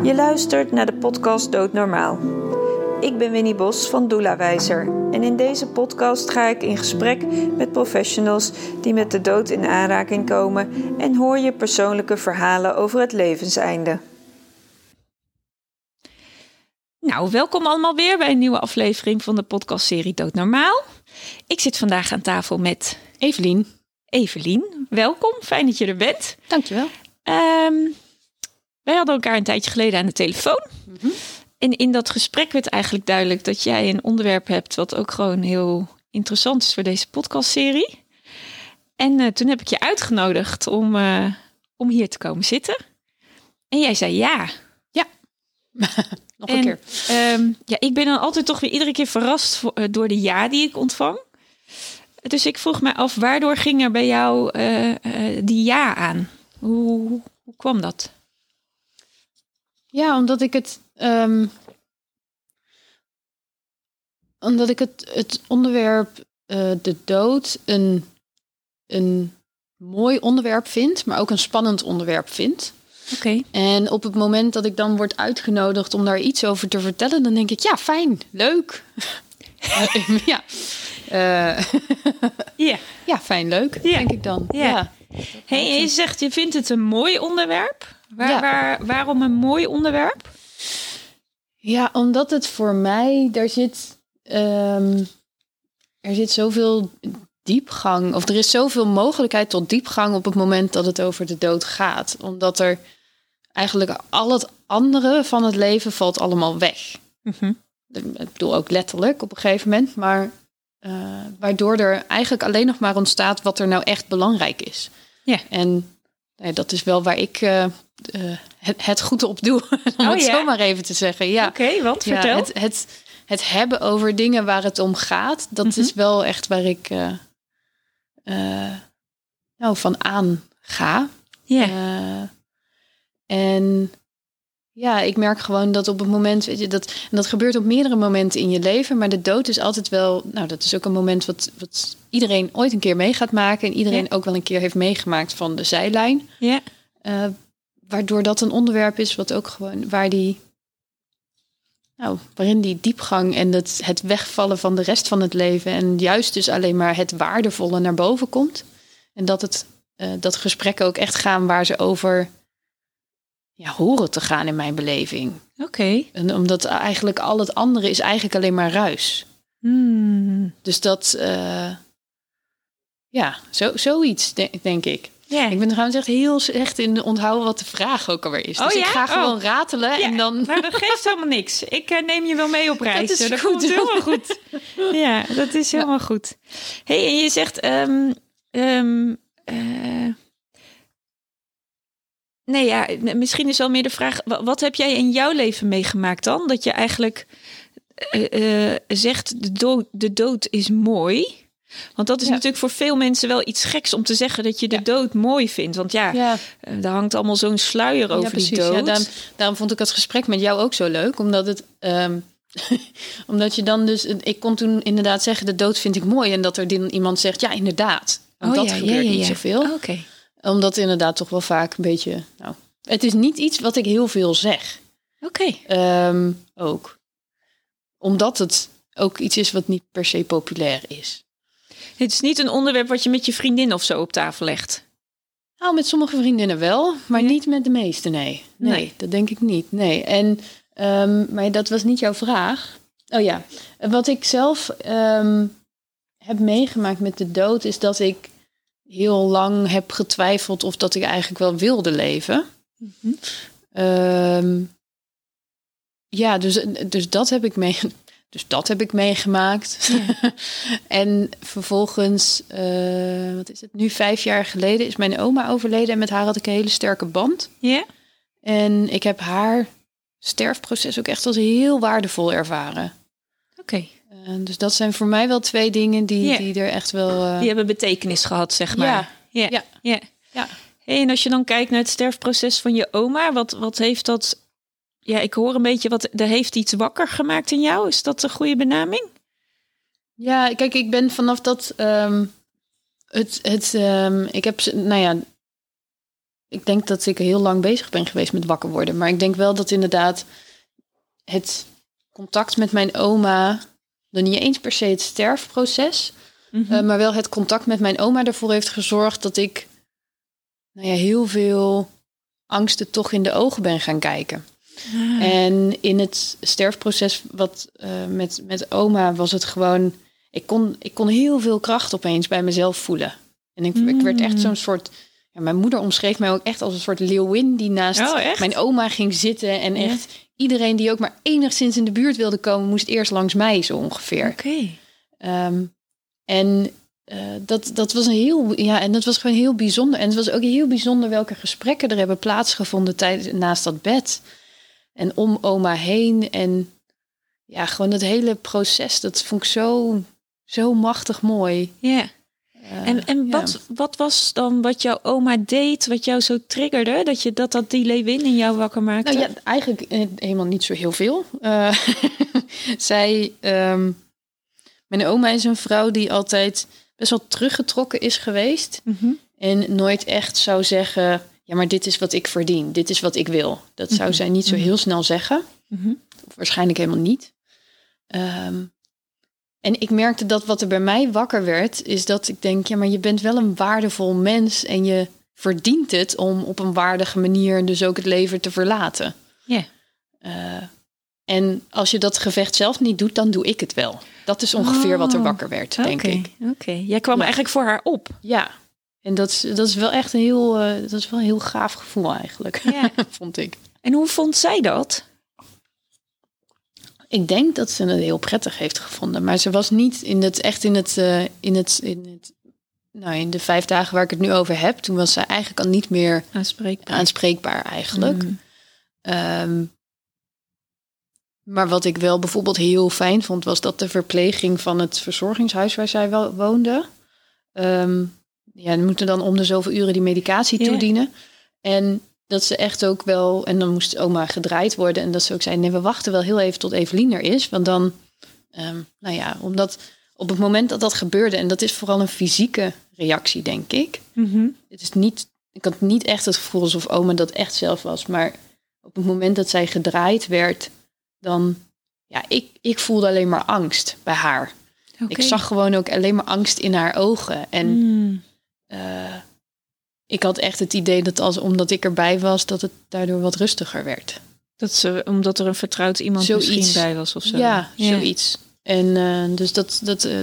Je luistert naar de podcast Doodnormaal. Ik ben Winnie Bos van Doula-wijzer en in deze podcast ga ik in gesprek met professionals die met de dood in aanraking komen en hoor je persoonlijke verhalen over het levenseinde. Nou, welkom allemaal weer bij een nieuwe aflevering van de podcastserie Doodnormaal. Ik zit vandaag aan tafel met Evelien. Evelien, welkom. Fijn dat je er bent. Dankjewel. Wij hadden elkaar een tijdje geleden aan de telefoon. Mm-hmm. En in dat gesprek werd eigenlijk duidelijk dat jij een onderwerp hebt wat ook gewoon heel interessant is voor deze podcastserie. En toen heb ik je uitgenodigd om hier te komen zitten. En jij zei ja. Ja, nog een keer. Ik ben dan altijd toch weer iedere keer verrast door de ja die ik ontvang. Dus ik vroeg me af, waardoor ging er bij jou die ja aan? Hoe kwam dat? Ja, omdat ik het onderwerp de dood een mooi onderwerp vind, maar ook een spannend onderwerp vind. Okay. En op het moment dat ik dan word uitgenodigd om daar iets over te vertellen, dan denk ik, ja, fijn, leuk. Ja. Ja, fijn, leuk, denk ik dan. Ja. Hey, je zegt, je vindt het een mooi onderwerp. Waarom een mooi onderwerp? Ja, omdat het voor mij, er zit zoveel diepgang, of er is zoveel mogelijkheid tot diepgang op het moment dat het over de dood gaat. Omdat er eigenlijk al het andere van het leven valt allemaal weg. Mm-hmm. Ik bedoel ook letterlijk op een gegeven moment, maar waardoor er eigenlijk alleen nog maar ontstaat wat er nou echt belangrijk is. Ja. En dat is wel waar ik het goed op doe, om het zo maar even te zeggen. Ja. Oké, wat? Vertel. Het hebben over dingen waar het om gaat, dat is wel echt waar ik van aan ga. Ja. En ja, ik merk gewoon dat op het moment, weet je, dat gebeurt op meerdere momenten in je leven, maar de dood is altijd wel, dat is ook een moment wat iedereen ooit een keer mee gaat maken en iedereen ook wel een keer heeft meegemaakt van de zijlijn. Ja. Waardoor dat een onderwerp is wat ook gewoon, waarin die diepgang en het wegvallen van de rest van het leven en juist dus alleen maar het waardevolle naar boven komt. En dat gesprekken ook echt gaan waar ze over horen te gaan in mijn beleving. Oké. En omdat eigenlijk al het andere is eigenlijk alleen maar ruis. Dus dat, zoiets denk ik. Yeah. Ik ben trouwens echt heel slecht in onthouden wat de vraag ook alweer is. Dus ik ga gewoon ratelen en dan... Nou, dat geeft helemaal niks. Ik neem je wel mee op reis. Dat is dat goed. Komt helemaal goed. Ja, dat is helemaal goed. Hey, en je zegt... misschien is wel meer de vraag... Wat heb jij in jouw leven meegemaakt dan? Dat je eigenlijk zegt... De dood is mooi... Want dat is natuurlijk voor veel mensen wel iets geks om te zeggen dat je de dood mooi vindt. Want daar hangt allemaal zo'n sluier over die dood. Ja, daarom vond ik het gesprek met jou ook zo leuk. Omdat het, omdat je dan dus, ik kon toen inderdaad zeggen de dood vind ik mooi. En dat er dan iemand zegt, ja inderdaad. Want dat gebeurt niet zoveel. Oh, okay. Omdat inderdaad toch wel vaak een beetje, het is niet iets wat ik heel veel zeg. Oké. Ook. Omdat het ook iets is wat niet per se populair is. Het is niet een onderwerp wat je met je vriendin of zo op tafel legt. Nou, met sommige vriendinnen wel, maar niet met de meeste, nee. Nee, dat denk ik niet, nee. En, maar dat was niet jouw vraag. Oh ja, wat ik zelf heb meegemaakt met de dood... is dat ik heel lang heb getwijfeld of dat ik eigenlijk wel wilde leven. Mm-hmm. Dus dat heb ik meegemaakt. Ja. En vervolgens, wat is het nu, 5 jaar geleden is mijn oma overleden. En met haar had ik een hele sterke band. Ja. En ik heb haar sterfproces ook echt als heel waardevol ervaren. Oké. Dus dat zijn voor mij wel 2 dingen die er echt wel... Die hebben betekenis gehad, zeg maar. Ja. Hey, en als je dan kijkt naar het sterfproces van je oma, wat heeft dat... Ja, ik hoor een beetje er heeft iets wakker gemaakt in jou. Is dat een goede benaming? Ja, kijk, ik ben vanaf dat... ik heb, ik denk dat ik heel lang bezig ben geweest met wakker worden. Maar ik denk wel dat inderdaad het contact met mijn oma, dan niet eens per se het sterfproces, maar wel het contact met mijn oma ervoor heeft gezorgd dat ik heel veel angsten toch in de ogen ben gaan kijken. En in het sterfproces met oma was het gewoon, ik kon heel veel kracht opeens bij mezelf voelen. En ik werd echt zo'n soort, mijn moeder omschreef mij ook echt als een soort leeuwin die naast mijn oma ging zitten. En echt iedereen die ook maar enigszins in de buurt wilde komen, moest eerst langs mij zo ongeveer. Dat was en dat was gewoon heel bijzonder. En het was ook heel bijzonder welke gesprekken er hebben plaatsgevonden naast dat bed. En om oma heen. En ja, gewoon dat hele proces, dat vond ik zo machtig mooi. Ja. Wat was dan wat jouw oma deed, wat jou zo triggerde, dat die leeuwin in jou wakker maakte? Nou ja, eigenlijk helemaal niet zo heel veel. Mijn oma is een vrouw die altijd best wel teruggetrokken is geweest. En nooit echt zou zeggen, ja, maar dit is wat ik verdien. Dit is wat ik wil. Dat zou zij niet zo heel snel zeggen. Of waarschijnlijk helemaal niet. En ik merkte dat wat er bij mij wakker werd, is dat ik denk, ja, maar je bent wel een waardevol mens en je verdient het om op een waardige manier dus ook het leven te verlaten. Ja. En als je dat gevecht zelf niet doet, dan doe ik het wel. Dat is ongeveer wat er wakker werd, denk ik. Oké. Jij kwam eigenlijk voor haar op. Ja. En dat is wel echt dat is wel een heel gaaf gevoel eigenlijk, vond ik. En hoe vond zij dat? Ik denk dat ze het heel prettig heeft gevonden. Maar ze was niet in de 5 dagen waar ik het nu over heb. Toen was zij eigenlijk al niet meer aanspreekbaar eigenlijk. Maar wat ik wel bijvoorbeeld heel fijn vond, was dat de verpleging van het verzorgingshuis waar zij wel woonde. Die moeten dan om de zoveel uren die medicatie toedienen. En dat ze echt ook wel, en dan moest oma gedraaid worden. En dat ze ook zei, nee, we wachten wel heel even tot Evelien er is. Want dan, omdat op het moment dat gebeurde, en dat is vooral een fysieke reactie, denk ik. Het is niet, ik had niet echt het gevoel alsof oma dat echt zelf was. Maar op het moment dat zij gedraaid werd, dan, ik voelde alleen maar angst bij haar. Ik zag gewoon ook alleen maar angst in haar ogen. En ik had echt het idee dat omdat ik erbij was, dat het daardoor wat rustiger werd. Omdat er een vertrouwd iemand zoiets misschien bij was of zo. Ja, zoiets. En dus dat.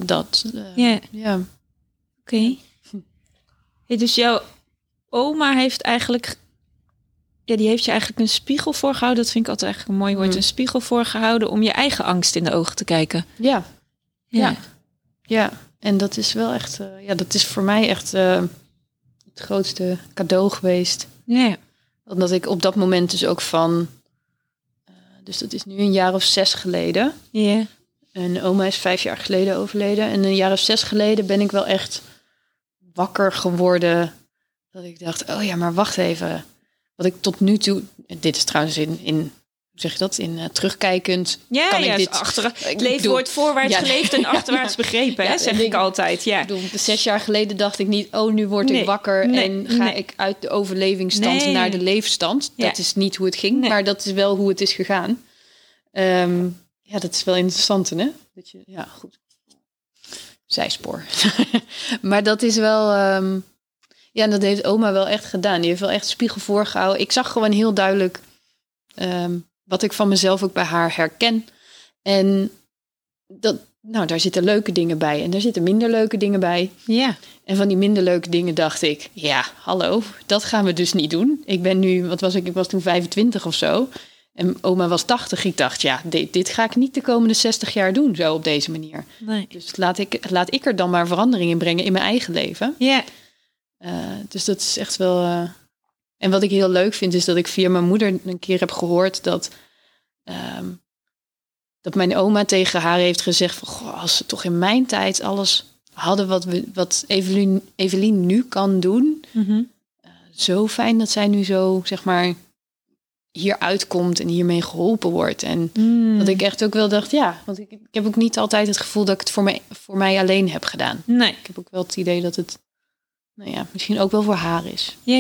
Oké. Hey, dus jouw oma heeft eigenlijk, die heeft je eigenlijk een spiegel voorgehouden. Dat vind ik altijd eigenlijk een mooi woord. Een spiegel voorgehouden om je eigen angst in de ogen te kijken. Ja. En dat is wel echt, dat is voor mij echt het grootste cadeau geweest. Ja. Omdat ik op dat moment dus ook dus dat is nu een jaar of 6 geleden. Ja. En oma is 5 jaar geleden overleden. En een jaar of 6 geleden ben ik wel echt wakker geworden. Dat ik dacht, oh ja, maar wacht even. Wat ik tot nu toe, dit is trouwens in hoe zeg je dat? In terugkijkend. Kan ik dit het leven wordt voorwaarts geleefd en achterwaarts begrepen, hè, zeg ik altijd. Ja. Ik bedoel, 6 jaar geleden dacht ik niet, nu word ik wakker en ga ik uit de overlevingsstand naar de leefstand. Dat is niet hoe het ging, maar dat is wel hoe het is gegaan. Dat is wel interessant, hè? Dat je, goed. Zijspoor. Maar dat is wel, en dat heeft oma wel echt gedaan. Die heeft wel echt spiegel voorgehouden. Ik zag gewoon heel duidelijk wat ik van mezelf ook bij haar herken. En daar zitten leuke dingen bij. En daar zitten minder leuke dingen bij. Ja. En van die minder leuke dingen dacht ik, hallo, dat gaan we dus niet doen. Ik ben nu, ik was toen 25 of zo. En oma was 80. Ik dacht, dit ga ik niet de komende 60 jaar doen, zo op deze manier. Nee. Dus laat ik er dan maar verandering in brengen in mijn eigen leven. Ja. Dus dat is echt wel. En wat ik heel leuk vind, is dat ik via mijn moeder een keer heb gehoord dat mijn oma tegen haar heeft gezegd van, goh, als ze toch in mijn tijd alles hadden wat Evelien nu kan doen. Zo fijn dat zij nu zo, zeg maar, hier uitkomt en hiermee geholpen wordt. En dat ik echt ook wel dacht, want ik heb ook niet altijd het gevoel dat ik het voor mij alleen heb gedaan. Nee. Ik heb ook wel het idee dat het nou ja, misschien ook wel voor haar is. Ja.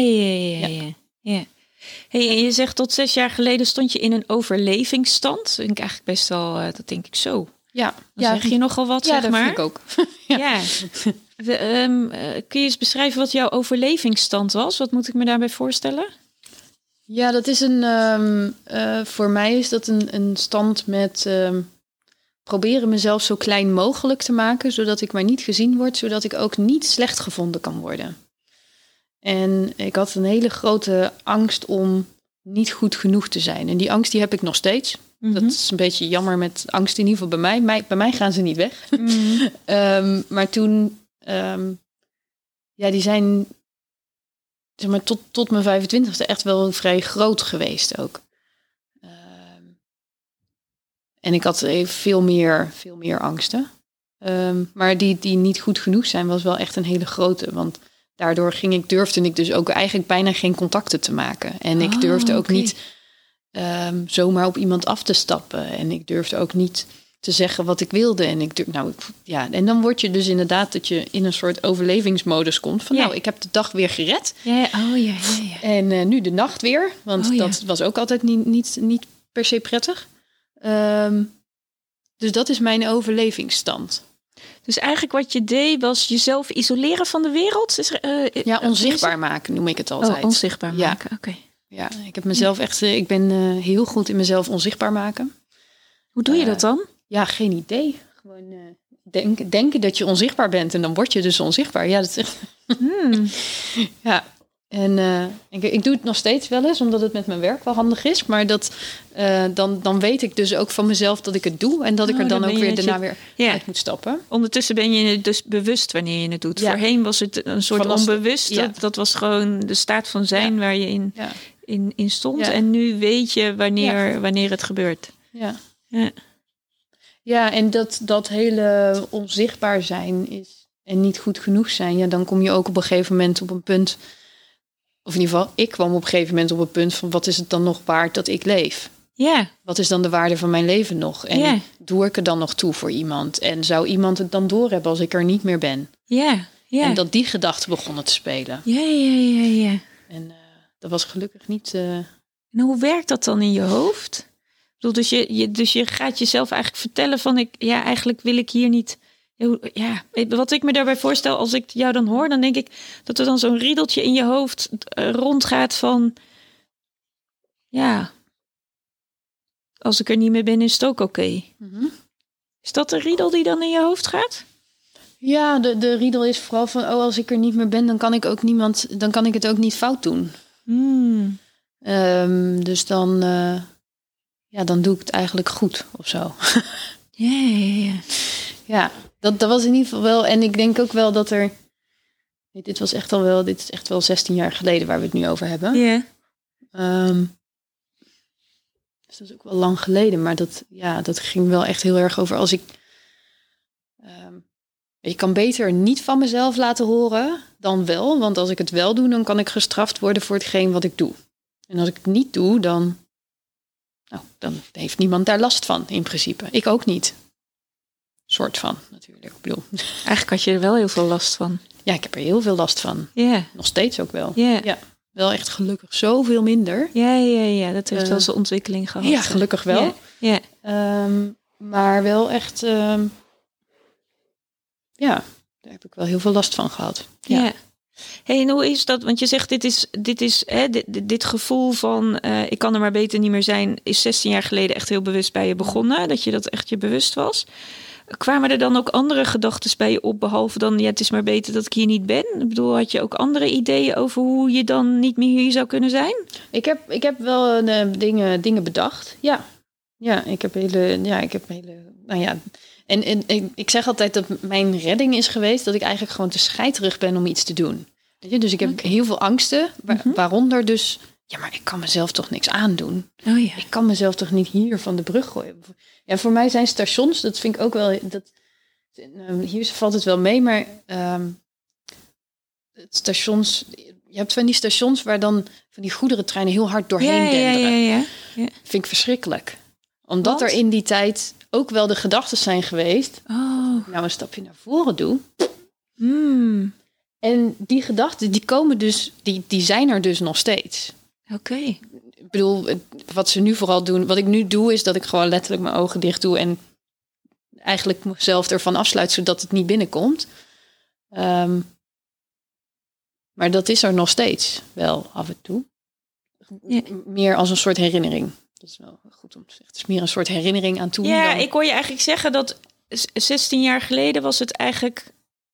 Hey, en je zegt tot 6 jaar geleden stond je in een overlevingsstand. Dat vind ik eigenlijk best wel, dat denk ik zo. Ja, Dan zeg je nogal wat, zeg dat maar. vind ik ook. Ja. Kun je eens beschrijven wat jouw overlevingsstand was? Wat moet ik me daarbij voorstellen? Ja, dat is voor mij is dat een stand met proberen mezelf zo klein mogelijk te maken, zodat ik maar niet gezien word, zodat ik ook niet slecht gevonden kan worden. En ik had een hele grote angst om niet goed genoeg te zijn. En die angst die heb ik nog steeds. Dat is een beetje jammer met angst, in ieder geval bij mij. Bij mij gaan ze niet weg. Maar toen, die zijn zeg maar tot mijn 25e echt wel vrij groot geweest ook. En ik had veel meer angsten. Maar die niet goed genoeg zijn was wel echt een hele grote. Want daardoor durfde ik dus ook eigenlijk bijna geen contacten te maken. En ik durfde ook niet zomaar op iemand af te stappen. En ik durfde ook niet te zeggen wat ik wilde. En en dan word je dus inderdaad dat je in een soort overlevingsmodus komt. Van ik heb de dag weer gered. Ja. En nu de nacht weer. Want dat was ook altijd niet per se prettig. Dus dat is mijn overlevingsstand. Dus eigenlijk wat je deed was jezelf isoleren van de wereld? Onzichtbaar maken noem ik het altijd. Onzichtbaar maken, oké. Ja, ik heb mezelf ik ben heel goed in mezelf onzichtbaar maken. Hoe doe je dat dan? Ja, geen idee. Gewoon denken dat je onzichtbaar bent en dan word je dus onzichtbaar. Ja, dat is echt... Ja, en ik doe het nog steeds wel eens, omdat het met mijn werk wel handig is. Maar dan weet ik dus ook van mezelf dat ik het doe. En dat ik er dan ook weer daarna weer uit moet stappen. Ondertussen ben je dus bewust wanneer je het doet. Ja. Voorheen was het een soort onbewust. Ja. Dat was gewoon de staat van zijn waar je in stond. Ja. En nu weet je wanneer het gebeurt. Ja, en dat hele onzichtbaar zijn is en niet goed genoeg zijn. Ja, dan kom je ook op een gegeven moment op een punt... Of in ieder geval, ik kwam op een gegeven moment op het punt van... wat is het dan nog waard dat ik leef? Ja. Wat is dan de waarde van mijn leven nog? En doe ik er dan nog toe voor iemand? En zou iemand het dan doorhebben als ik er niet meer ben? Ja. En dat die gedachten begonnen te spelen. Ja. En dat was gelukkig niet... En hoe werkt dat dan in je hoofd? Ik bedoel, dus je gaat jezelf eigenlijk vertellen van... eigenlijk wil ik hier niet... Ja, wat ik me daarbij voorstel, als ik jou dan hoor, dan denk ik dat er dan zo'n riedeltje in je hoofd rondgaat van, als ik er niet meer ben, is het ook oké. Is dat de riedel die dan in je hoofd gaat? Ja, de riedel is vooral van, als ik er niet meer ben, dan kan ik het ook niet fout doen. Dus dan doe ik het eigenlijk goed of zo. Ja, dat was in ieder geval wel. En ik denk ook wel dat er... Dit is echt wel 16 jaar geleden waar we het nu over hebben. Dus dat is ook wel lang geleden. Maar dat ging wel echt heel erg over als ik... ik kan beter niet van mezelf laten horen dan wel. Want als ik het wel doe, dan kan ik gestraft worden voor hetgeen wat ik doe. En als ik het niet doe, dan heeft niemand daar last van in principe. Ik ook niet. Soort van, natuurlijk. Ik bedoel. Eigenlijk had je er wel heel veel last van. Ja, ik heb er heel veel last van. Nog steeds ook wel. Ja, wel echt gelukkig zoveel minder. Ja. Dat heeft wel zijn ontwikkeling gehad. Ja, gelukkig wel. Ja. Maar wel echt... daar heb ik wel heel veel last van gehad. Ja. Hey, en hoe is dat? Want je zegt, dit gevoel van... ik kan er maar beter niet meer zijn... is 16 jaar geleden echt heel bewust bij je begonnen. Dat je dat echt je bewust was. Kwamen er dan ook andere gedachten bij je op... behalve dan, het is maar beter dat ik hier niet ben? Ik bedoel, had je ook andere ideeën over hoe je dan niet meer hier zou kunnen zijn? Ik heb wel dingen bedacht. Ja, ik heb hele... Nou ja... En ik zeg altijd dat mijn redding is geweest... dat ik eigenlijk gewoon te scheiterig ben om iets te doen. Weet je? Dus ik heb heel veel angsten, waaronder dus... Ja, maar ik kan mezelf toch niks aandoen? Ik kan mezelf toch niet hier van de brug gooien? Ja, voor mij zijn stations, dat vind ik ook wel... hier valt het wel mee, maar... stations... Je hebt van die stations waar dan van die goederentreinen heel hard doorheen denderen. Ja. Vind ik verschrikkelijk. Omdat er in die tijd ook wel de gedachten zijn geweest... Nou, een stapje naar voren doe... En die gedachten, die komen dus, die zijn er dus nog steeds. Oké. Ik bedoel, wat ze nu vooral doen, wat ik nu doe, is dat ik gewoon letterlijk mijn ogen dicht doe en eigenlijk mezelf ervan afsluit, zodat het niet binnenkomt. Maar dat is er nog steeds wel af en toe. Ja. Meer als een soort herinnering. Dat is wel goed om te zeggen. Het is meer een soort herinnering aan toen. Ja, dan... ik hoor je eigenlijk zeggen dat 16 jaar geleden was het eigenlijk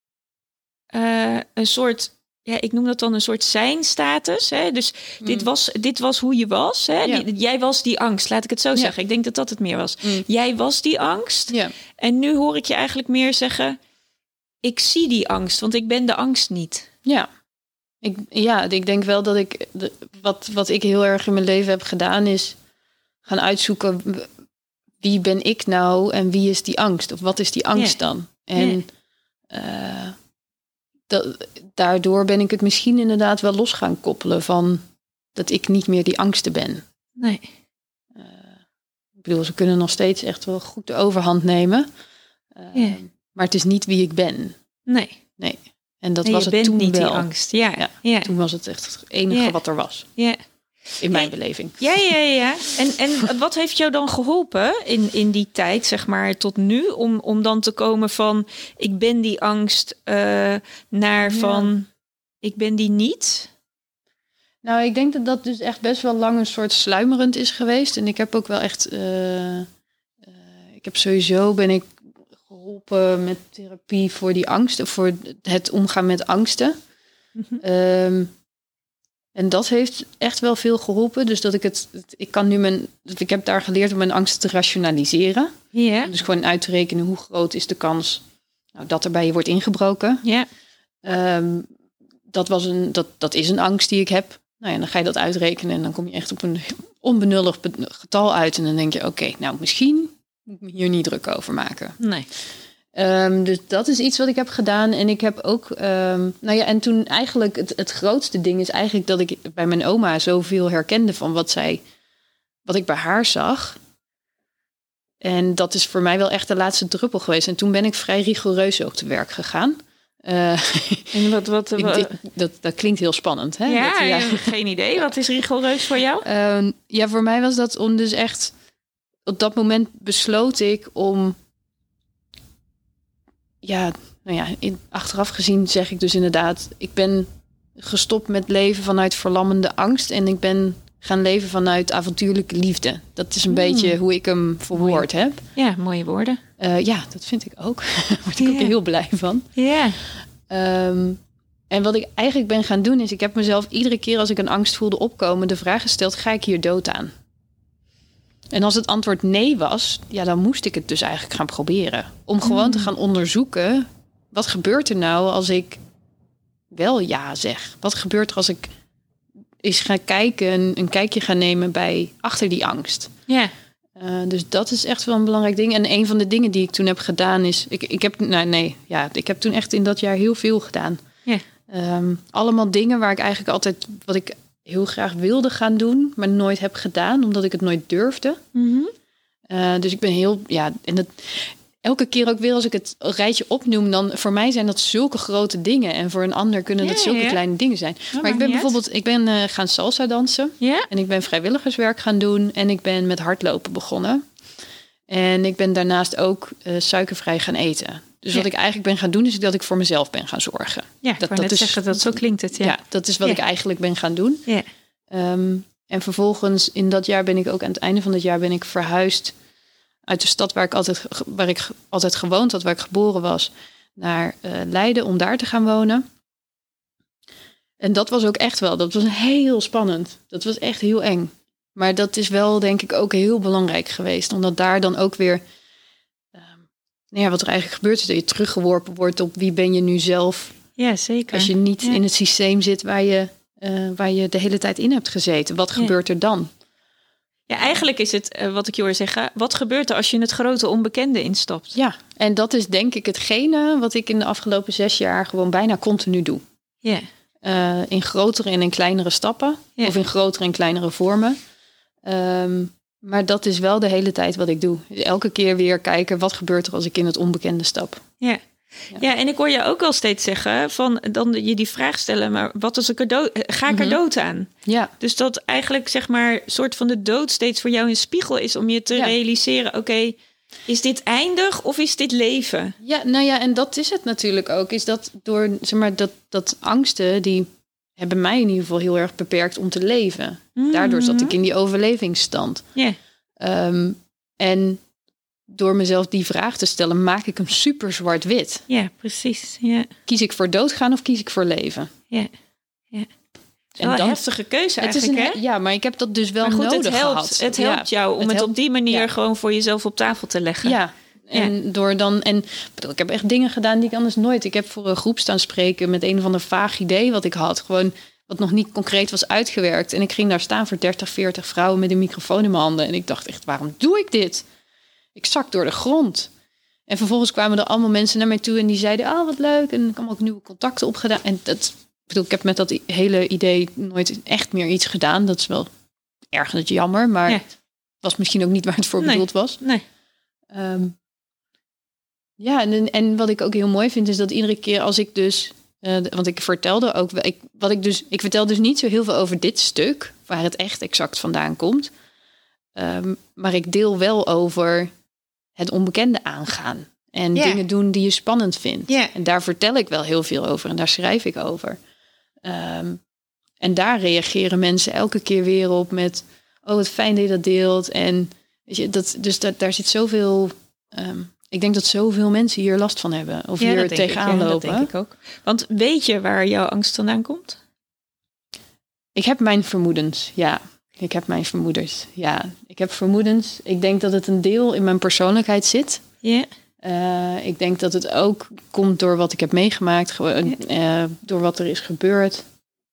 een soort... Ja, ik noem dat dan een soort zijn-status. Hè? Dus dit was hoe je was. Hè? Ja. Jij was die angst, laat ik het zo zeggen. Ik denk dat dat het meer was. Jij was die angst. Ja. En nu hoor ik je eigenlijk meer zeggen... Ik zie die angst, want ik ben de angst niet. Ja, ik denk wel dat ik... Wat ik heel erg in mijn leven heb gedaan is... gaan uitzoeken... Wie ben ik nou en wie is die angst? Of wat is die angst dan? En... daardoor ben ik het misschien inderdaad wel los gaan koppelen van dat ik niet meer die angsten ben. Nee. Ik bedoel, ze kunnen nog steeds echt wel goed de overhand nemen. Maar het is niet wie ik ben. Nee. En dat was het toen niet wel. Die angst. Ja. Toen was het echt het enige wat er was. Ja. In mijn beleving. Ja. En wat heeft jou dan geholpen in die tijd, zeg maar, tot nu? Om dan te komen van, ik ben die angst, naar van, ik ben die niet? Nou, ik denk dat dat dus echt best wel lang een soort sluimerend is geweest. En ik heb ook wel echt... ben ik geholpen met therapie voor die angsten. Voor het omgaan met angsten. En dat heeft echt wel veel geholpen. Dus dat ik heb daar geleerd om mijn angsten te rationaliseren. Ja. Dus gewoon uit te rekenen hoe groot is de kans dat er bij je wordt ingebroken. Ja. Dat is een angst die ik heb. Nou ja, dan ga je dat uitrekenen en dan kom je echt op een onbenullig getal uit. En dan denk je, oké, nou misschien moet ik me hier niet druk over maken. Nee. Dus dat is iets wat ik heb gedaan. En ik heb ook... en toen eigenlijk het grootste ding is eigenlijk dat ik bij mijn oma zoveel herkende van wat ik bij haar zag. En dat is voor mij wel echt de laatste druppel geweest. En toen ben ik vrij rigoureus ook te werk gegaan. En dat klinkt heel spannend, hè? Ja, geen idee. Wat is rigoureus voor jou? Voor mij was dat om dus echt... Op dat moment besloot ik om... achteraf gezien zeg ik dus inderdaad... Ik ben gestopt met leven vanuit verlammende angst... en ik ben gaan leven vanuit avontuurlijke liefde. Dat is een beetje hoe ik hem verwoord heb. Ja, mooie woorden. Dat vind ik ook. Daar word ik ook heel blij van. Ja. En wat ik eigenlijk ben gaan doen is... ik heb mezelf iedere keer als ik een angst voelde opkomen... de vraag gesteld, ga ik hier dood aan? En als het antwoord nee was... dan moest ik het dus eigenlijk gaan proberen. Om gewoon te gaan onderzoeken... wat gebeurt er nou als ik wel ja zeg? Wat gebeurt er als ik eens ga kijken... een kijkje ga nemen achter die angst? Ja. Dus dat is echt wel een belangrijk ding. En een van de dingen die ik toen heb gedaan is... Ik heb toen echt in dat jaar heel veel gedaan. Ja. Allemaal dingen waar ik eigenlijk altijd... wat ik heel graag wilde gaan doen... maar nooit heb gedaan, omdat ik het nooit durfde. Dus ik ben heel... elke keer ook weer als ik het rijtje opnoem... dan voor mij zijn dat zulke grote dingen... en voor een ander kunnen dat zulke kleine dingen zijn. Maar ik ben bijvoorbeeld... Ik ben gaan salsa dansen... en ik ben vrijwilligerswerk gaan doen... en ik ben met hardlopen begonnen. En ik ben daarnaast ook suikervrij gaan eten. Dus wat ik eigenlijk ben gaan doen... is dat ik voor mezelf ben gaan zorgen. Ja, zo klinkt het. Ja, dat is wat ik eigenlijk ben gaan doen. Ja. En vervolgens in dat jaar ben ik ook... aan het einde van dat jaar ben ik verhuisd... uit de stad waar ik altijd gewoond had... waar ik geboren was... naar Leiden om daar te gaan wonen. En dat was ook echt wel... dat was heel spannend. Dat was echt heel eng. Maar dat is wel, denk ik, ook heel belangrijk geweest. Omdat daar dan ook weer... wat er eigenlijk gebeurt is dat je teruggeworpen wordt op wie ben je nu zelf. Ja, zeker. Als je niet in het systeem zit waar je de hele tijd in hebt gezeten. Wat gebeurt er dan? Ja, eigenlijk is het, wat ik je hoor zeggen... wat gebeurt er als je in het grote onbekende instapt? Ja, en dat is denk ik hetgene... wat ik in de afgelopen 6 jaar gewoon bijna continu doe. Ja. In grotere en in kleinere stappen. Ja. Of in grotere en kleinere vormen. Maar dat is wel de hele tijd wat ik doe. Elke keer weer kijken, wat gebeurt er als ik in het onbekende stap? Ja. Ja, en ik hoor je ook al steeds zeggen van dan je die vraag stellen, maar wat als ik ga ik er dood aan? Ja. Dus dat eigenlijk zeg maar soort van de dood steeds voor jou een spiegel is om je te realiseren, oké, is dit eindig of is dit leven? Ja, nou ja, en dat is het natuurlijk ook. Is dat door, zeg maar, dat angsten, die hebben mij in ieder geval heel erg beperkt om te leven. Daardoor zat ik in die overlevingsstand. Ja. En door mezelf die vraag te stellen, maak ik hem super zwart-wit. Ja, precies. Ja. Kies ik voor doodgaan of kies ik voor leven? Ja. Het is wel een heftige keuze eigenlijk, hè? Ja, maar ik heb dat dus wel maar goed, nodig gehad. Het helpt jou om het op die manier gewoon voor jezelf op tafel te leggen. Ja, en door dan... En ik heb echt dingen gedaan die ik anders nooit... Ik heb voor een groep staan spreken met een of ander vaag idee wat ik had. Gewoon wat nog niet concreet was uitgewerkt. En ik ging daar staan voor 30, 40 vrouwen met een microfoon in mijn handen. En ik dacht echt, waarom doe ik dit? Ik zak door de grond. En vervolgens kwamen er allemaal mensen naar mij toe en die zeiden, oh, wat leuk. En ik heb ook nieuwe contacten opgedaan. En dat... Ik heb met dat hele idee nooit echt meer iets gedaan. Dat is wel ergens jammer, maar het was misschien ook niet waar het voor bedoeld was. Nee. En wat ik ook heel mooi vind is dat iedere keer als ik dus, want ik vertelde ook, ik vertel dus niet zo heel veel over dit stuk waar het echt exact vandaan komt, maar ik deel wel over het onbekende aangaan en dingen doen die je spannend vindt. En daar vertel ik wel heel veel over en daar schrijf ik over. En daar reageren mensen elke keer weer op met, oh, wat fijn dat je dat deelt. En weet je, daar zit zoveel. Ik denk dat zoveel mensen hier last van hebben of hier tegenaan lopen. Dat denk ik ook. Want weet je waar jouw angst vandaan komt? Ik heb mijn vermoedens. Ja, ik heb mijn vermoedens. Ja, ik heb vermoedens. Ik denk dat het een deel in mijn persoonlijkheid zit. Ja. Ik denk dat het ook komt door wat ik heb meegemaakt, door wat er is gebeurd.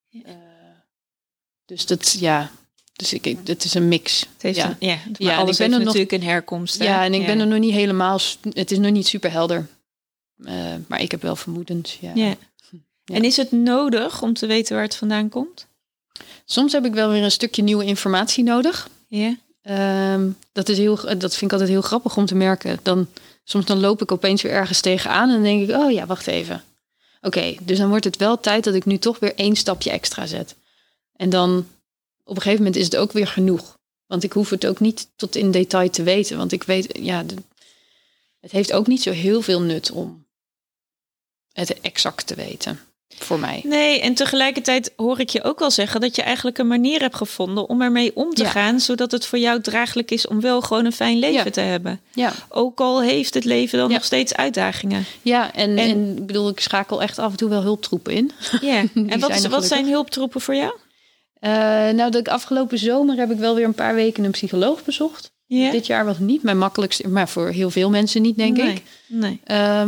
Dus dat, het is een mix. Het heeft alles heeft natuurlijk een herkomst. Hè? Ja, en ik ben er nog niet helemaal, het is nog niet super helder. Maar ik heb wel vermoedens. Ja. En is het nodig om te weten waar het vandaan komt? Soms heb ik wel weer een stukje nieuwe informatie nodig. Ja. Dat vind ik altijd heel grappig om te merken. Soms dan loop ik opeens weer ergens tegenaan en dan denk ik, oh ja, wacht even. Oké, dus dan wordt het wel tijd dat ik nu toch weer 1 stapje extra zet. En dan op een gegeven moment is het ook weer genoeg. Want ik hoef het ook niet tot in detail te weten. Want ik weet, het heeft ook niet zo heel veel nut om het exact te weten. Voor mij. Nee, en tegelijkertijd hoor ik je ook wel zeggen dat je eigenlijk een manier hebt gevonden om ermee om te gaan, zodat het voor jou draaglijk is om wel gewoon een fijn leven te hebben. Ja. Ook al heeft het leven dan nog steeds uitdagingen. Ja, en ik bedoel, ik schakel echt af en toe wel hulptroepen in. Ja, en wat zijn hulptroepen voor jou? De afgelopen zomer heb ik wel weer een paar weken een psycholoog bezocht. Ja. Dit jaar was niet mijn makkelijkste, maar voor heel veel mensen niet, denk ik. Nee.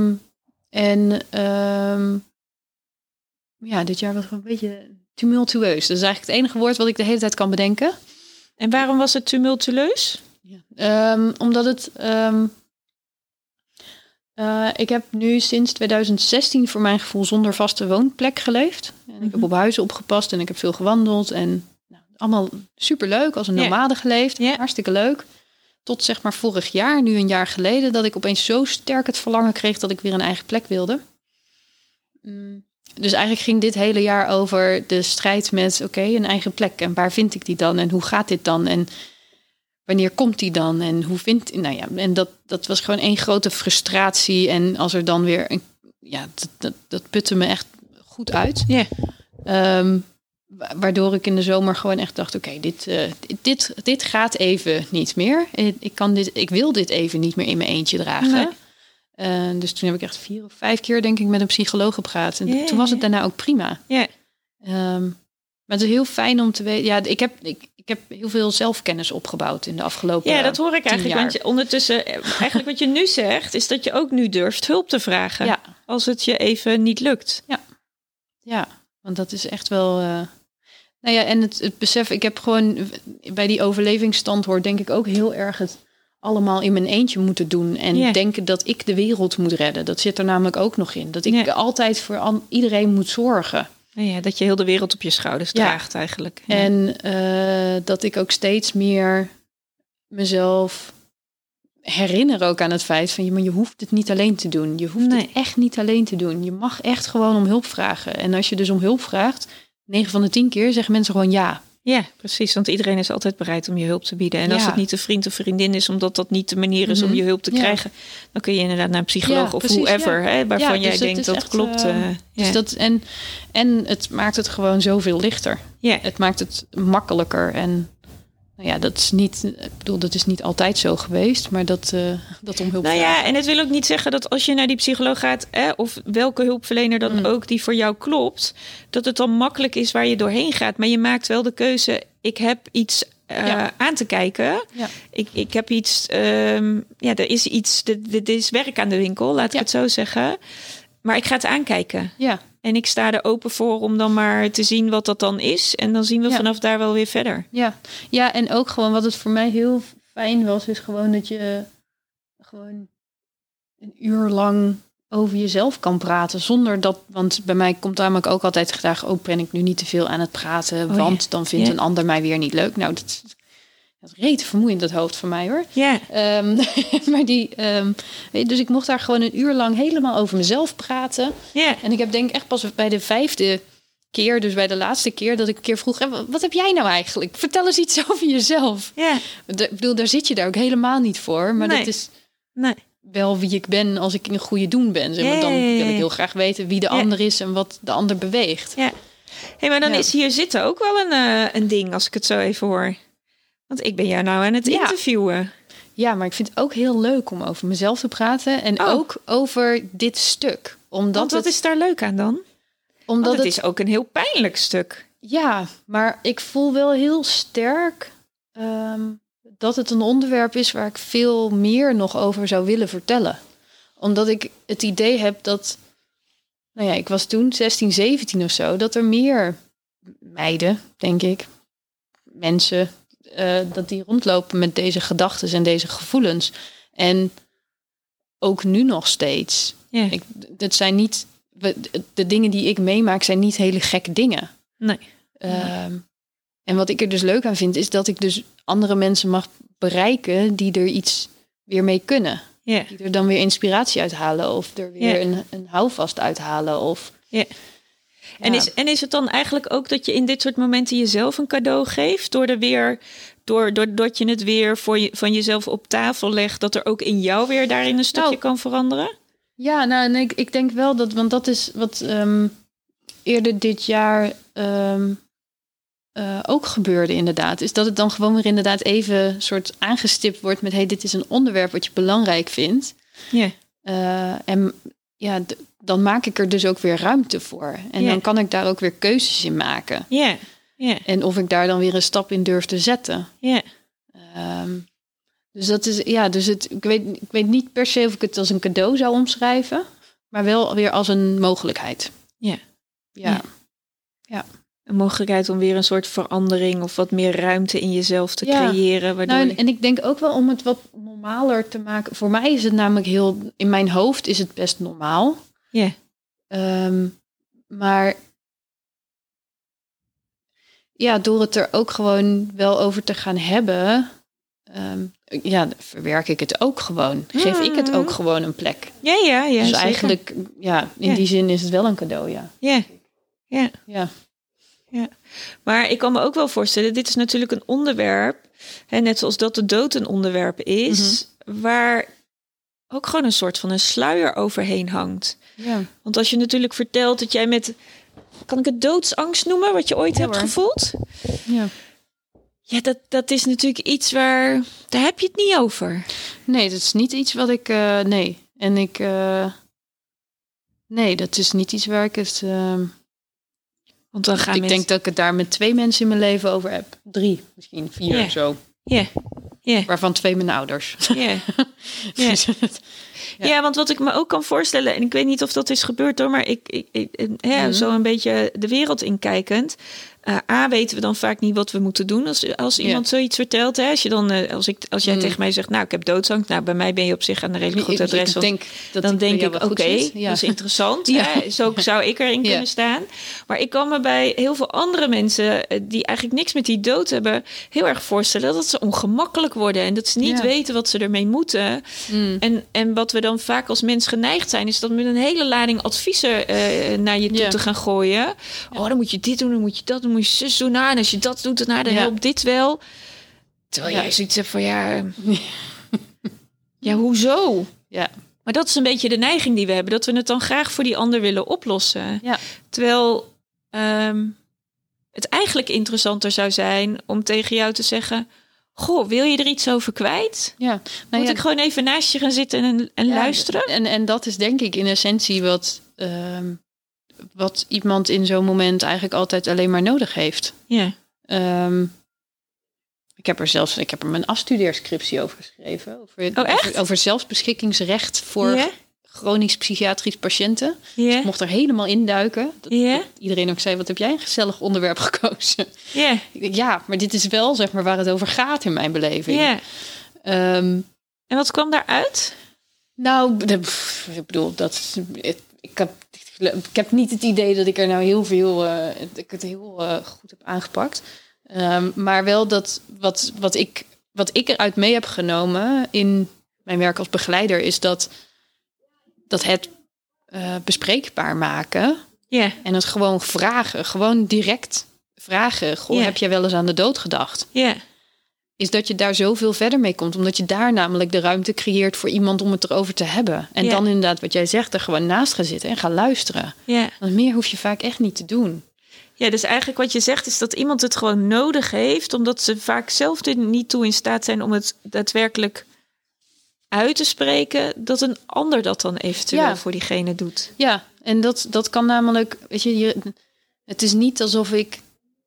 Dit jaar was gewoon een beetje tumultueus. Dat is eigenlijk het enige woord wat ik de hele tijd kan bedenken. En waarom was het tumultueus? Omdat het... ik heb nu sinds 2016 voor mijn gevoel zonder vaste woonplek geleefd. En ik heb op huizen opgepast en ik heb veel gewandeld. En allemaal superleuk, als een nomade geleefd. Hartstikke leuk. Tot zeg maar vorig jaar, nu een jaar geleden, dat ik opeens zo sterk het verlangen kreeg dat ik weer een eigen plek wilde. Dus eigenlijk ging dit hele jaar over de strijd met, een eigen plek. En waar vind ik die dan? En hoe gaat dit dan? En wanneer komt die dan? En hoe vindt... en dat was gewoon 1 grote frustratie. En als er dan weer... dat putte me echt goed uit. Yeah. Waardoor ik in de zomer gewoon echt dacht, dit gaat even niet meer. Ik wil dit even niet meer in mijn eentje dragen. Nee. Dus toen heb ik echt 4 of 5 keer, denk ik, met een psycholoog gepraat. En toen was het daarna ook prima. Yeah. Maar het is heel fijn om te weten... Ja, ik heb heel veel zelfkennis opgebouwd in de afgelopen 10 jaar. Ja, dat hoor ik eigenlijk. Want ondertussen, eigenlijk wat je nu zegt, is dat je ook nu durft hulp te vragen. Ja. Als het je even niet lukt. Ja, want dat is echt wel... en het besef, ik heb gewoon bij die overlevingsstand hoort, denk ik ook heel erg het allemaal in mijn eentje moeten doen. En denken dat ik de wereld moet redden. Dat zit er namelijk ook nog in. Dat ik altijd voor iedereen moet zorgen. Ja, dat je heel de wereld op je schouders draagt eigenlijk. Ja. En dat ik ook steeds meer mezelf herinner ook aan het feit van... maar je hoeft het niet alleen te doen. Je hoeft het echt niet alleen te doen. Je mag echt gewoon om hulp vragen. En als je dus om hulp vraagt... 9 van de 10 keer zeggen mensen gewoon ja. Ja, precies. Want iedereen is altijd bereid om je hulp te bieden. En als het niet een vriend of vriendin is... omdat dat niet de manier is om je hulp te krijgen... dan kun je inderdaad naar een psycholoog of whoever... Hè, waarvan jij denkt dat klopt. Dus dat, en het maakt het gewoon zoveel lichter. Ja. Het maakt het makkelijker. En dat is niet... Ik bedoel, dat is niet altijd zo geweest... maar dat om hulp vragen. En het wil ook niet zeggen dat als je naar die psycholoog gaat... of welke hulpverlener dan ook die voor jou klopt... dat het dan makkelijk is waar je doorheen gaat. Maar je maakt wel de keuze... ik heb iets aan te kijken. Ja. Ik heb iets... er is iets... Er is werk aan de winkel, laat ik het zo zeggen. Maar ik ga het aankijken. Ja. En ik sta er open voor om dan maar te zien wat dat dan is. En dan zien we vanaf daar wel weer verder. Ja, en ook gewoon wat het voor mij heel fijn was... is gewoon dat je gewoon een uur lang over jezelf kan praten. Zonder dat... Want bij mij komt namelijk ook altijd gedacht... ben ik nu niet te veel aan het praten... want dan vindt een ander mij weer niet leuk. Nou, dat is reet vermoeiend, dat hoofd van mij, hoor. Ja. Maar dus ik mocht daar gewoon een uur lang helemaal over mezelf praten. Ja. En ik heb denk ik echt pas bij de 5e keer, dus bij de laatste keer, dat ik een keer vroeg... wat heb jij nou eigenlijk? Vertel eens iets over jezelf. Ja. Ik bedoel, daar zit je daar ook helemaal niet voor. Maar dat is wel wie ik ben als ik in een goede doen ben. Zeg maar. Dan wil ik heel graag weten wie de ander is en wat de ander beweegt. Ja. Maar dan is hier zitten ook wel een ding, als ik het zo even hoor. Want ik ben jou nou aan het interviewen. Ja, maar ik vind het ook heel leuk om over mezelf te praten. En ook over dit stuk. Want wat is daar leuk aan dan? Omdat het is ook een heel pijnlijk stuk. Ja, maar ik voel wel heel sterk... dat het een onderwerp is waar ik veel meer nog over zou willen vertellen. Omdat ik het idee heb dat... ik was toen 16, 17 of zo... dat er meer meiden, denk ik, mensen... dat die rondlopen met deze gedachten en deze gevoelens. En ook nu nog steeds. Ja. Dat zijn niet... De dingen die ik meemaak zijn niet hele gekke dingen. Nee. En wat ik er dus leuk aan vind... is dat ik dus andere mensen mag bereiken... die er iets weer mee kunnen. Ja. Die er dan weer inspiratie uithalen... of er weer een houvast uithalen. Of... Ja. En is het dan eigenlijk ook dat je in dit soort momenten jezelf een cadeau geeft... doordat je het weer van jezelf op tafel legt... dat er ook in jou weer daarin een stukje kan veranderen? Ja, ik denk wel dat... want dat is wat eerder dit jaar ook gebeurde inderdaad... is dat het dan gewoon weer inderdaad even soort aangestipt wordt... met dit is een onderwerp wat je belangrijk vindt. Ja. Dan maak ik er dus ook weer ruimte voor. En dan kan ik daar ook weer keuzes in maken. Ja. En of ik daar dan weer een stap in durf te zetten. Ja. Dus dat is, ik weet niet per se of ik het als een cadeau zou omschrijven. Maar wel weer als een mogelijkheid. Ja. Een mogelijkheid om weer een soort verandering... of wat meer ruimte in jezelf te creëren. Waardoor en ik denk ook wel om het wat normaler te maken. Voor mij is het namelijk heel... In mijn hoofd is het best normaal. Ja. Maar... door het er ook gewoon wel over te gaan hebben... verwerk ik het ook gewoon. Geef ik het ook gewoon een plek. Ja, dus zeker. eigenlijk, in die zin is het wel een cadeau, Ja. Maar ik kan me ook wel voorstellen... dit is natuurlijk een onderwerp... net zoals dat de dood een onderwerp is... waar ook gewoon een soort van een sluier overheen hangt. Ja. Want als je natuurlijk vertelt dat jij met... kan ik het doodsangst noemen... wat je ooit hebt gevoeld? Ja. Ja, dat is natuurlijk iets waar... daar heb je het niet over. Nee, dat is niet iets wat ik... nee. En ik... nee, dat is niet iets waar ik het... Want dan gaan ik denk dat ik het daar met 2 mensen in mijn leven over heb. 3, misschien 4 of zo. Ja. Waarvan 2 mijn ouders. Ja. Ja, want wat ik me ook kan voorstellen, en ik weet niet of dat is gebeurd hoor, maar zo een beetje de wereld inkijkend. Weten we dan vaak niet wat we moeten doen als iemand zoiets vertelt. Hè? Als jij tegen mij zegt, nou, ik heb doodsangst. Nou, bij mij ben je op zich aan een redelijk goed adres. Dan denk ik, oké, dat is interessant. Hè? Zo zou ik erin kunnen staan. Maar ik kan me bij heel veel andere mensen die eigenlijk niks met die dood hebben, heel erg voorstellen dat ze ongemakkelijk worden en dat ze niet weten wat ze ermee moeten. En wat we dan vaak als mens geneigd zijn, is dat met een hele lading adviezen naar je toe te gaan gooien. Oh, dan moet je dit doen, dan moet je dat doen. Moet je zus doen, en als je dat doet, dan helpt dit wel. Terwijl jij zoiets hebt van, hoezo? Ja. Maar dat is een beetje de neiging die we hebben, dat we het dan graag voor die ander willen oplossen. Ja. Terwijl het eigenlijk interessanter zou zijn om tegen jou te zeggen, goh, wil je er iets over kwijt? Ja. Moet ik gewoon even naast je gaan zitten en luisteren? En dat is denk ik in essentie wat iemand in zo'n moment eigenlijk altijd alleen maar nodig heeft. Ja. Ik heb er mijn afstudeerscriptie over geschreven. Over zelfbeschikkingsrecht voor chronisch psychiatrisch patiënten. Dus ik mocht er helemaal induiken. Dat iedereen ook zei, wat heb jij een gezellig onderwerp gekozen? Ja, maar dit is wel zeg maar waar het over gaat in mijn beleving. En wat kwam daaruit? Nou, ik bedoel, ik heb niet het idee dat ik er nou heel veel dat ik het heel goed heb aangepakt. Maar wel dat wat ik eruit mee heb genomen in mijn werk als begeleider is dat het bespreekbaar maken en het gewoon vragen, gewoon direct vragen. Goh, heb jij wel eens aan de dood gedacht? Is dat je daar zoveel verder mee komt. Omdat je daar namelijk de ruimte creëert voor iemand om het erover te hebben. En dan inderdaad wat jij zegt, er gewoon naast gaan zitten en gaan luisteren. Want meer hoef je vaak echt niet te doen. Ja, dus eigenlijk wat je zegt is dat iemand het gewoon nodig heeft, omdat ze vaak zelf er niet toe in staat zijn om het daadwerkelijk uit te spreken, dat een ander dat dan eventueel voor diegene doet. Ja, en dat kan namelijk, weet je, het is niet alsof ik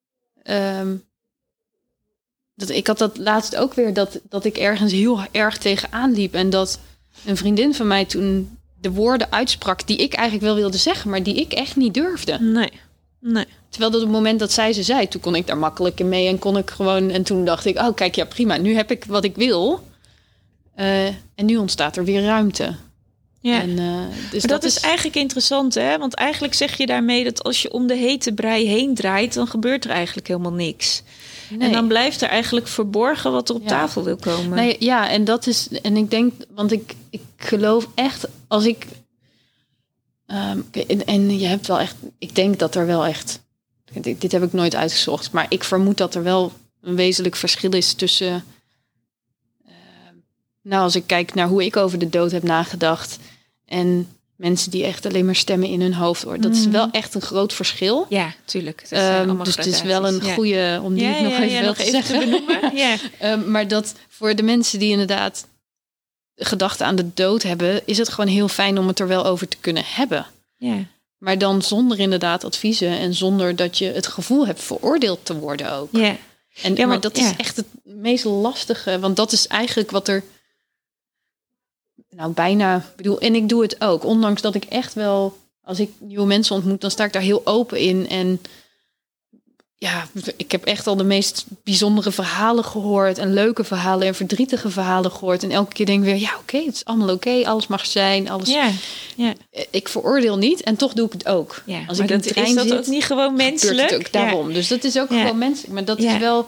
ik had dat laatst ook weer, dat ik ergens heel erg tegenaan liep. En dat een vriendin van mij toen de woorden uitsprak die ik eigenlijk wel wilde zeggen, maar die ik echt niet durfde. Nee. Terwijl dat op het moment dat zij ze zei, toen kon ik daar makkelijk in mee en kon ik gewoon. En toen dacht ik, oh kijk, ja prima, nu heb ik wat ik wil. En nu ontstaat er weer ruimte. Ja, dus dat is eigenlijk interessant, hè? Want eigenlijk zeg je daarmee dat als je om de hete brei heen draait, dan gebeurt er eigenlijk helemaal niks. Nee. En dan blijft er eigenlijk verborgen wat er op tafel wil komen. Nee, ja, en dat is, en ik denk, want ik geloof echt, als ik, en je hebt wel echt, ik denk dat er wel echt, dit heb ik nooit uitgezocht, maar ik vermoed dat er wel een wezenlijk verschil is tussen, als ik kijk naar hoe ik over de dood heb nagedacht en mensen die echt alleen maar stemmen in hun hoofd hoor. Dat is wel echt een groot verschil. Ja, tuurlijk. Dus het is wel een goede om die nog even te zeggen. Te benoemen. Maar dat voor de mensen die inderdaad gedachten aan de dood hebben, is het gewoon heel fijn om het er wel over te kunnen hebben. Ja. Maar dan zonder inderdaad adviezen en zonder dat je het gevoel hebt veroordeeld te worden ook. Ja. Maar dat is echt het meest lastige, want dat is eigenlijk wat er bijna, bedoel, en ik doe het ook. Ondanks dat ik echt wel, als ik nieuwe mensen ontmoet, dan sta ik daar heel open in. En ja, ik heb echt al de meest bijzondere verhalen gehoord en leuke verhalen en verdrietige verhalen gehoord. En elke keer denk ik weer, ja, oké, het is allemaal oké, alles mag zijn, alles. Ja. Ik veroordeel niet en toch doe ik het ook. Ja, als ik in de trein zit, ook niet gewoon menselijk? Het ook daarom. Ja. Dus dat is ook gewoon menselijk. Maar dat is wel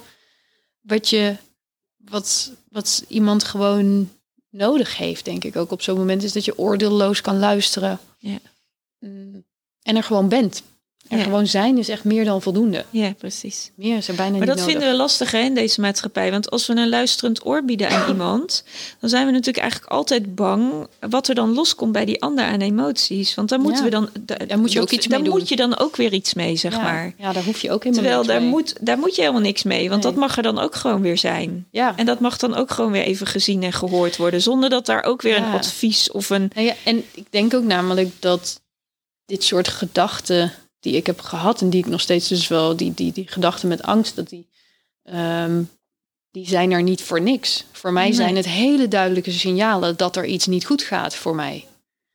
wat iemand gewoon nodig heeft, denk ik ook op zo'n moment, is dat je oordeelloos kan luisteren. Ja. En er gewoon bent. Er gewoon zijn is echt meer dan voldoende. Ja, precies. Meer is er bijna maar niet dat nodig. Vinden we lastig in deze maatschappij. Want als we een luisterend oor bieden aan iemand, dan zijn we natuurlijk eigenlijk altijd bang wat er dan loskomt bij die ander aan emoties. Want daar moeten we dan, daar moet je ook iets mee doen. Daar moet je dan ook weer iets mee, zeg maar. Ja, daar hoef je ook helemaal niks mee. Daar moet je helemaal niks mee. Want dat mag er dan ook gewoon weer zijn. Ja. En dat mag dan ook gewoon weer even gezien en gehoord worden. Zonder dat daar ook weer een advies of een... En ik denk ook namelijk dat dit soort gedachten die ik heb gehad en die ik nog steeds dus wel, die gedachten met angst, dat die zijn er niet voor niks. Voor mij zijn het hele duidelijke signalen dat er iets niet goed gaat voor mij.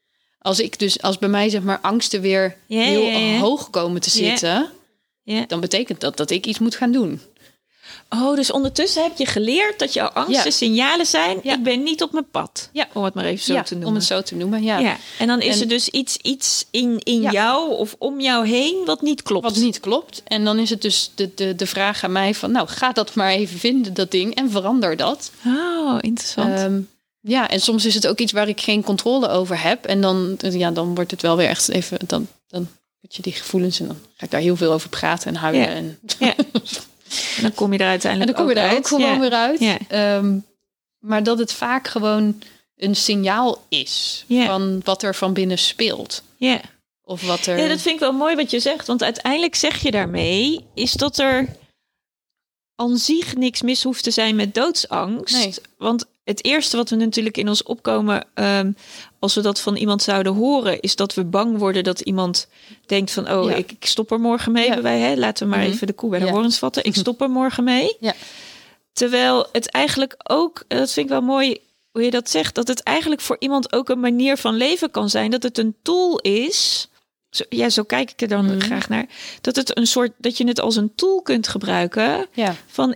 Als bij mij zeg maar angsten weer heel hoog komen te zitten, dan betekent dat ik iets moet gaan doen. Oh, dus ondertussen heb je geleerd dat jouw angsten signalen zijn. Ja. Ik ben niet op mijn pad. Ja. Om het maar even zo te noemen. Om het zo te noemen, ja. En dan is er dus iets in jou of om jou heen wat niet klopt. Wat niet klopt. En dan is het dus de vraag aan mij van... nou, ga dat maar even vinden, dat ding, en verander dat. Oh, interessant. En soms is het ook iets waar ik geen controle over heb. En dan wordt het wel weer echt even... Dan heb je die gevoelens en dan ga ik daar heel veel over praten en huilen. Ja. En dan kom je er uiteindelijk ook gewoon weer uit. Ja. Maar dat het vaak gewoon een signaal is van wat er van binnen speelt. Ja. Of wat er... Ja, dat vind ik wel mooi wat je zegt. Want uiteindelijk zeg je daarmee... is dat er aan zich niks mis hoeft te zijn met doodsangst. Nee. Want het eerste wat we natuurlijk in ons opkomen... als we dat van iemand zouden horen... is dat we bang worden dat iemand denkt van... ik stop er morgen mee. Bij wij, hè? Laten we maar even de koe bij de horens vatten. Ik stop er morgen mee. Ja. Terwijl het eigenlijk ook... dat vind ik wel mooi hoe je dat zegt... dat het eigenlijk voor iemand ook een manier van leven kan zijn. Dat het een tool is... Zo kijk ik er dan graag naar. Dat het een soort, dat je het als een tool kunt gebruiken. Ja. Van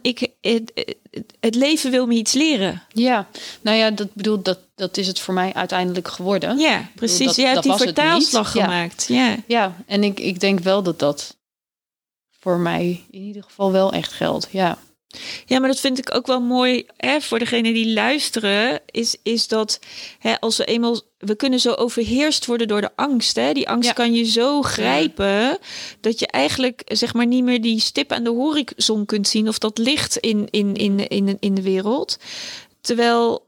het leven wil me iets leren. Ja, nou ja, dat is het voor mij uiteindelijk geworden. Ja, precies. Jij hebt die vertaalslag gemaakt. Ja, en ik denk wel dat voor mij in ieder geval wel echt geldt. Ja. Ja, maar dat vind ik ook wel mooi voor degene die luisteren. Is dat als we eenmaal... We kunnen zo overheerst worden door de angst. Hè? Die angst kan je zo grijpen... dat je eigenlijk zeg maar niet meer die stip aan de horizon kunt zien... of dat licht in de wereld. Terwijl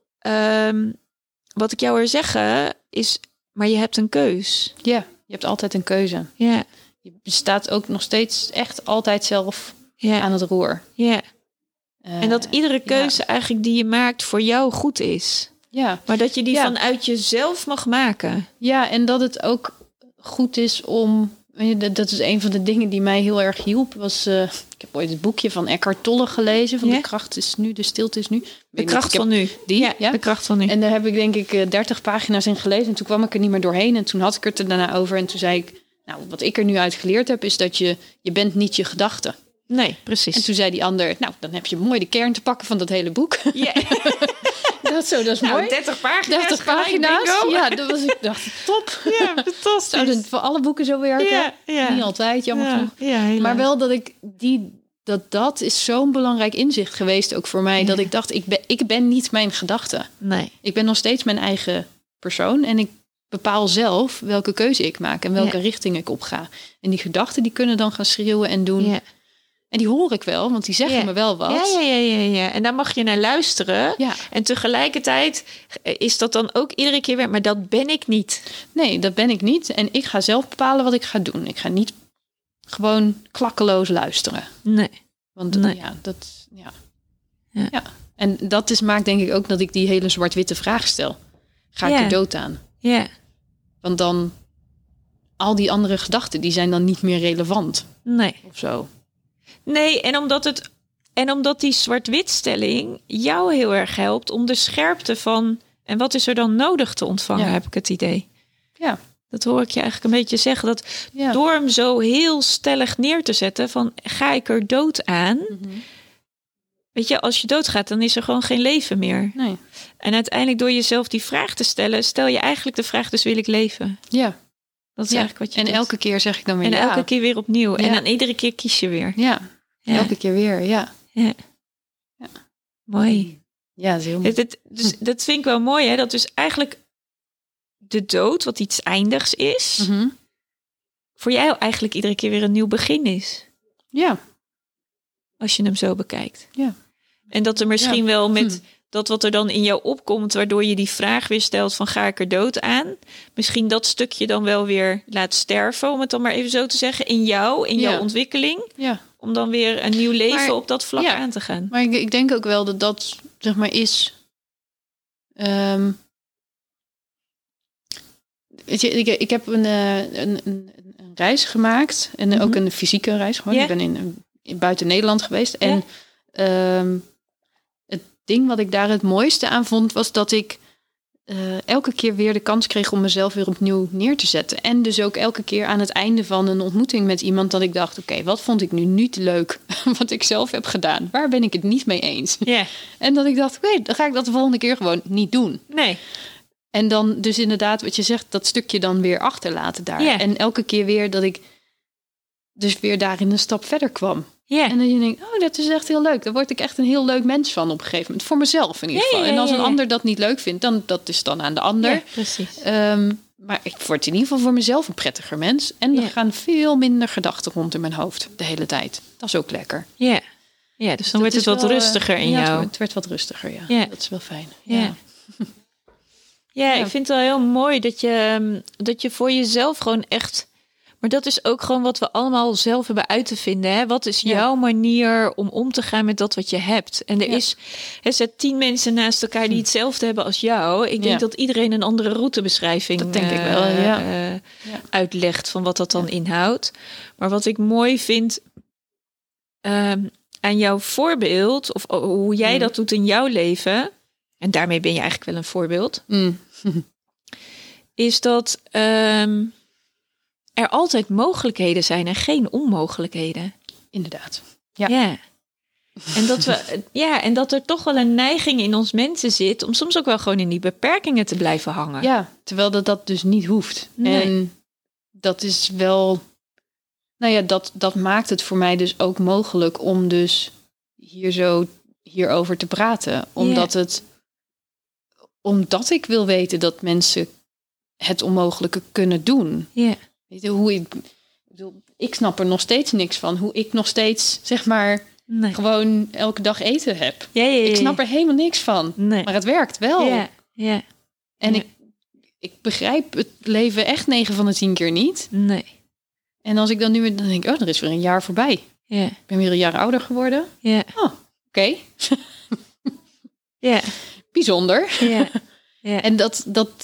wat ik jou wil zeggen is... maar je hebt een keus. Ja, je hebt altijd een keuze. Ja. Je staat ook nog steeds echt altijd zelf aan het roer. Ja. En dat iedere keuze eigenlijk die je maakt voor jou goed is. Ja. Maar dat je die vanuit jezelf mag maken. Ja, en dat het ook goed is om... Dat is een van de dingen die mij heel erg hielp. Ik heb ooit het boekje van Eckhart Tolle gelezen. Van De kracht is nu, de stilte is nu. De kracht van nu. De kracht van nu. En daar heb ik denk ik 30 pagina's in gelezen. En toen kwam ik er niet meer doorheen. En toen had ik het er daarna over. En toen zei ik... Nou, wat ik er nu uit geleerd heb... is dat je bent niet je gedachten. Nee, precies. En toen zei die ander, nou, dan heb je mooi de kern te pakken van dat hele boek. Yeah. dat is mooi. 30 pagina's. 30 pagina's. Ja, ik dacht, top. Ja, fantastisch. Zou het voor alle boeken zo werken? Ja. Niet altijd, jammer genoeg. Ja, maar wel dat ik dat is zo'n belangrijk inzicht geweest ook voor mij. Ja. Dat ik dacht, ik ben niet mijn gedachten. Nee. Ik ben nog steeds mijn eigen persoon. En ik bepaal zelf welke keuze ik maak en welke richting ik op ga. En die gedachten die kunnen dan gaan schreeuwen en doen... Ja. En die hoor ik wel, want die zeggen me wel wat. Ja. En daar mag je naar luisteren. Ja. En tegelijkertijd is dat dan ook iedere keer weer... maar dat ben ik niet. Nee, dat ben ik niet. En ik ga zelf bepalen wat ik ga doen. Ik ga niet gewoon klakkeloos luisteren. Nee. Want Ja. En dat maakt denk ik ook dat ik die hele zwart-witte vraag stel. Ga ik er dood aan? Ja. Want dan... al die andere gedachten, die zijn dan niet meer relevant. Nee. Of zo. Nee, en omdat die zwart-wit-stelling jou heel erg helpt om de scherpte van... en wat is er dan nodig te ontvangen, heb ik het idee. Ja. Dat hoor ik je eigenlijk een beetje zeggen. Dat door hem zo heel stellig neer te zetten van... ga ik er dood aan? Mm-hmm. Weet je, als je doodgaat, dan is er gewoon geen leven meer. Nee. En uiteindelijk door jezelf die vraag te stellen... stel je eigenlijk de vraag, dus wil ik leven? Ja. Dat is eigenlijk wat je doet. Elke keer zeg ik dan weer en elke keer weer opnieuw. Ja. En dan iedere keer kies je weer. Ja. Elke keer weer, ja. Mooi. Ja, dat is heel mooi. Dat vind ik wel mooi, hè? Dat dus eigenlijk de dood, wat iets eindigs is... Mm-hmm. voor jou eigenlijk iedere keer weer een nieuw begin is. Ja. Als je hem zo bekijkt. Ja. En dat er misschien wel met... dat wat er dan in jou opkomt, waardoor je die vraag weer stelt van ga ik er dood aan? Misschien dat stukje dan wel weer laat sterven, om het dan maar even zo te zeggen, in jouw ontwikkeling. Ja. Om dan weer een nieuw leven op dat vlak aan te gaan. Maar ik denk ook wel dat zeg maar is... weet je, ik heb een reis gemaakt. En ook een fysieke reis gewoon. Ik ben in buiten Nederland geweest. En... ding wat ik daar het mooiste aan vond, was dat ik elke keer weer de kans kreeg om mezelf weer opnieuw neer te zetten. En dus ook elke keer aan het einde van een ontmoeting met iemand dat ik dacht, oké, wat vond ik nu niet leuk wat ik zelf heb gedaan? Waar ben ik het niet mee eens? Ja. En dat ik dacht, oké, dan ga ik dat de volgende keer gewoon niet doen. Nee. En dan dus inderdaad, wat je zegt, dat stukje dan weer achterlaten daar. Ja. En elke keer weer dat ik dus weer daarin een stap verder kwam. Ja. En dan je denkt, oh, dat is echt heel leuk. Daar word ik echt een heel leuk mens van op een gegeven moment. Voor mezelf in ieder geval. En als een ander dat niet leuk vindt, dan dat is dan aan de ander. Ja, precies. Maar ik word in ieder geval voor mezelf een prettiger mens. En er gaan veel minder gedachten rond in mijn hoofd de hele tijd. Dat is ook lekker. Ja. Ja, dus dan wordt het wat rustiger in jou. Het werd wat rustiger, ja. Ja. Dat is wel fijn. Ja. Ja, ik vind het wel heel mooi dat je voor jezelf gewoon echt... Maar dat is ook gewoon wat we allemaal zelf hebben uit te vinden. Hè? Wat is jouw manier om te gaan met dat wat je hebt? En er zet 10 mensen naast elkaar die hetzelfde hebben als jou. Ik denk dat iedereen een andere routebeschrijving dat denk ik wel, uitlegt van wat dat dan inhoudt. Maar wat ik mooi vind aan jouw voorbeeld, of hoe jij dat doet in jouw leven, en daarmee ben je eigenlijk wel een voorbeeld, is dat er altijd mogelijkheden zijn en geen onmogelijkheden. Inderdaad. Ja. En dat er toch wel een neiging in ons mensen zit om soms ook wel gewoon in die beperkingen te blijven hangen. Ja, terwijl dat dus niet hoeft. Nee. En dat is wel... Nou ja, dat maakt het voor mij dus ook mogelijk om dus hierover te praten. Omdat ik wil weten dat mensen het onmogelijke kunnen doen. Ja. Weet je, ik snap er nog steeds niks van. Hoe ik nog steeds, zeg maar, gewoon elke dag eten heb. Ja. Ik snap er helemaal niks van. Nee. Maar het werkt wel. Ja. En ik begrijp het leven echt 9 van de 10 keer niet. Nee. En als ik dan nu weer, dan denk ik, er is weer een jaar voorbij. Ja. Ik ben weer een jaar ouder geworden. Ja. Oh, oké. Ja. Bijzonder. Ja. Ja. En dat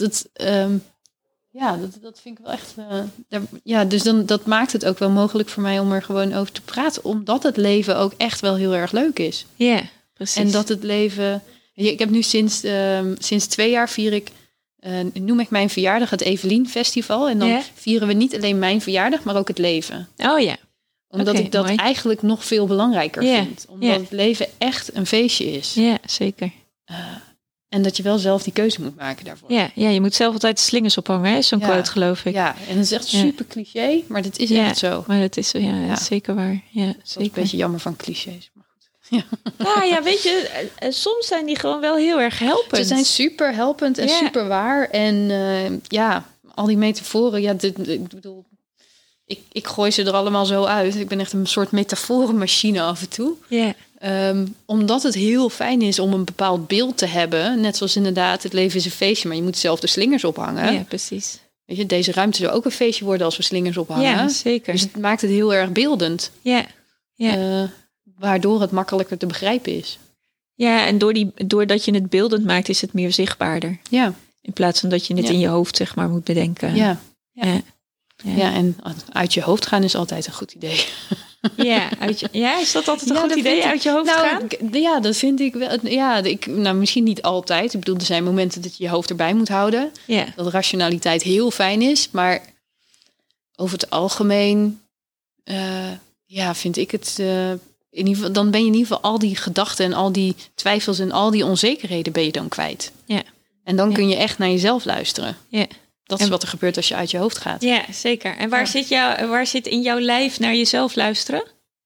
vind ik wel echt... dus dat maakt het ook wel mogelijk voor mij om er gewoon over te praten. Omdat het leven ook echt wel heel erg leuk is. Ja, precies. En dat het leven... Ik heb nu sinds 2 jaar vier ik... noem ik mijn verjaardag het Evelien Festival. En dan vieren we niet alleen mijn verjaardag, maar ook het leven. Oh ja. Omdat ik dat eigenlijk nog veel belangrijker vind. Omdat het leven echt een feestje is. Ja, zeker. En dat je wel zelf die keuze moet maken daarvoor. Ja, je moet zelf altijd de slingers ophangen, hè? Zo'n quote, geloof ik. Ja, en dat is echt super cliché, maar dat is echt zo. Maar dat is zo, dat is zeker waar. Ja, dat is een beetje jammer van clichés, maar goed. Ja, weet je, soms zijn die gewoon wel heel erg helpend. Ze zijn super helpend en super waar. En al die metaforen, ik bedoel, ik gooi ze er allemaal zo uit. Ik ben echt een soort metaforenmachine af en toe. Ja. Omdat het heel fijn is om een bepaald beeld te hebben. Net zoals inderdaad, het leven is een feestje, maar je moet zelf de slingers ophangen. Ja, precies. Weet je, deze ruimte zou ook een feestje worden als we slingers ophangen. Ja, zeker. Dus het maakt het heel erg beeldend. Ja. Waardoor het makkelijker te begrijpen is. Ja, en doordat je het beeldend maakt, is het meer zichtbaarder. Ja. In plaats van dat je het in je hoofd, zeg maar, moet bedenken. Ja, en uit je hoofd gaan is altijd een goed idee. Ja, is dat altijd een goed idee, uit je hoofd gaan? Ja, dat vind ik wel. Ja, misschien niet altijd. Ik bedoel, er zijn momenten dat je je hoofd erbij moet houden. Ja. Dat rationaliteit heel fijn is. Maar over het algemeen, vind ik het... in ieder geval, dan ben je in ieder geval al die gedachten en al die twijfels en al die onzekerheden ben je dan kwijt. Ja. En dan kun je echt naar jezelf luisteren. Ja. Dat is wat er gebeurt als je uit je hoofd gaat. Ja, zeker. En waar zit in jouw lijf naar jezelf luisteren?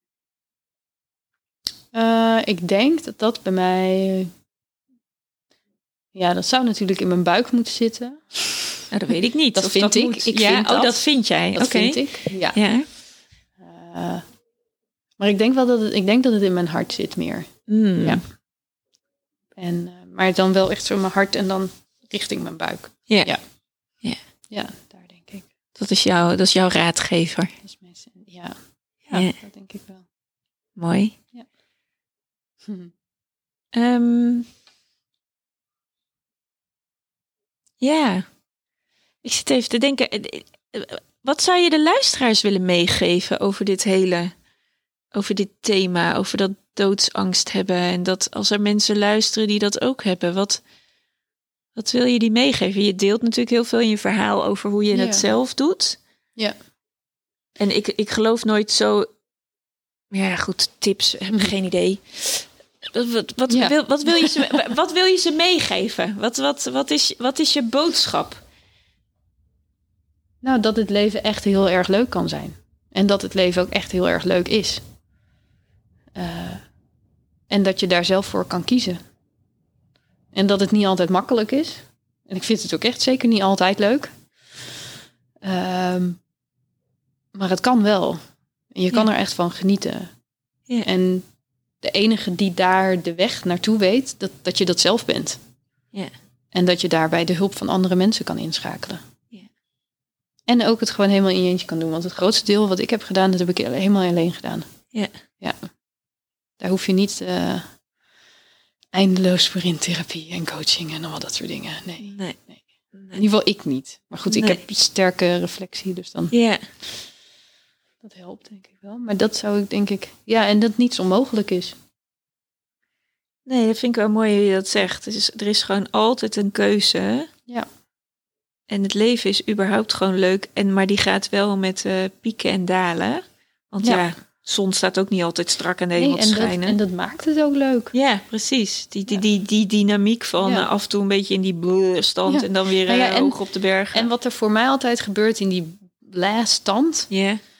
Ik denk dat bij mij... Ja, dat zou natuurlijk in mijn buik moeten zitten. Nou, dat weet ik niet. Dat vind ik. Dat vind jij. Dat vind ik, ja. Maar ik denk wel dat het in mijn hart zit meer. Ja. Maar dan wel echt zo mijn hart en dan richting mijn buik. Ja. Ja, daar denk ik. Dat is jouw raadgever. Dat is mensen, dat denk ik wel. Mooi. Ja. Ik zit even te denken. Wat zou je de luisteraars willen meegeven over dit thema, over doodsangst hebben. En dat als er mensen luisteren die dat ook hebben, wat wil je die meegeven? Je deelt natuurlijk heel veel in je verhaal over hoe je het zelf doet. Ja. En ik geloof nooit zo... Ja, goed, tips, heb ik geen idee. Wat wil je ze meegeven? Wat is je boodschap? Nou, dat het leven echt heel erg leuk kan zijn. En dat het leven ook echt heel erg leuk is. En dat je daar zelf voor kan kiezen. En dat het niet altijd makkelijk is. En ik vind het ook echt zeker niet altijd leuk. Maar het kan wel. En je kan er echt van genieten. Ja. En de enige die daar de weg naartoe weet, dat je dat zelf bent. Ja. En dat je daarbij de hulp van andere mensen kan inschakelen. Ja. En ook het gewoon helemaal in je eentje kan doen. Want het grootste deel wat ik heb gedaan, dat heb ik helemaal alleen gedaan. Ja. Ja. Daar hoef je niet eindeloos voor in therapie en coaching en al dat soort dingen. Nee. In ieder geval ik niet. Maar goed, ik heb sterke reflectie, dus dan... Ja. Dat helpt denk ik wel. Maar dat zou ik denk ik... Ja, en dat niets onmogelijk is. Nee, dat vind ik wel mooi hoe je dat zegt. Er is gewoon altijd een keuze. Ja. En het leven is überhaupt gewoon leuk. Maar die gaat wel met pieken en dalen. Want zon staat ook niet altijd strak aan de hemel te schijnen. En dat maakt het ook leuk. Ja, precies. Die dynamiek van af en toe een beetje in die stand en dan weer hoog op de bergen. En wat er voor mij altijd gebeurt in die stand,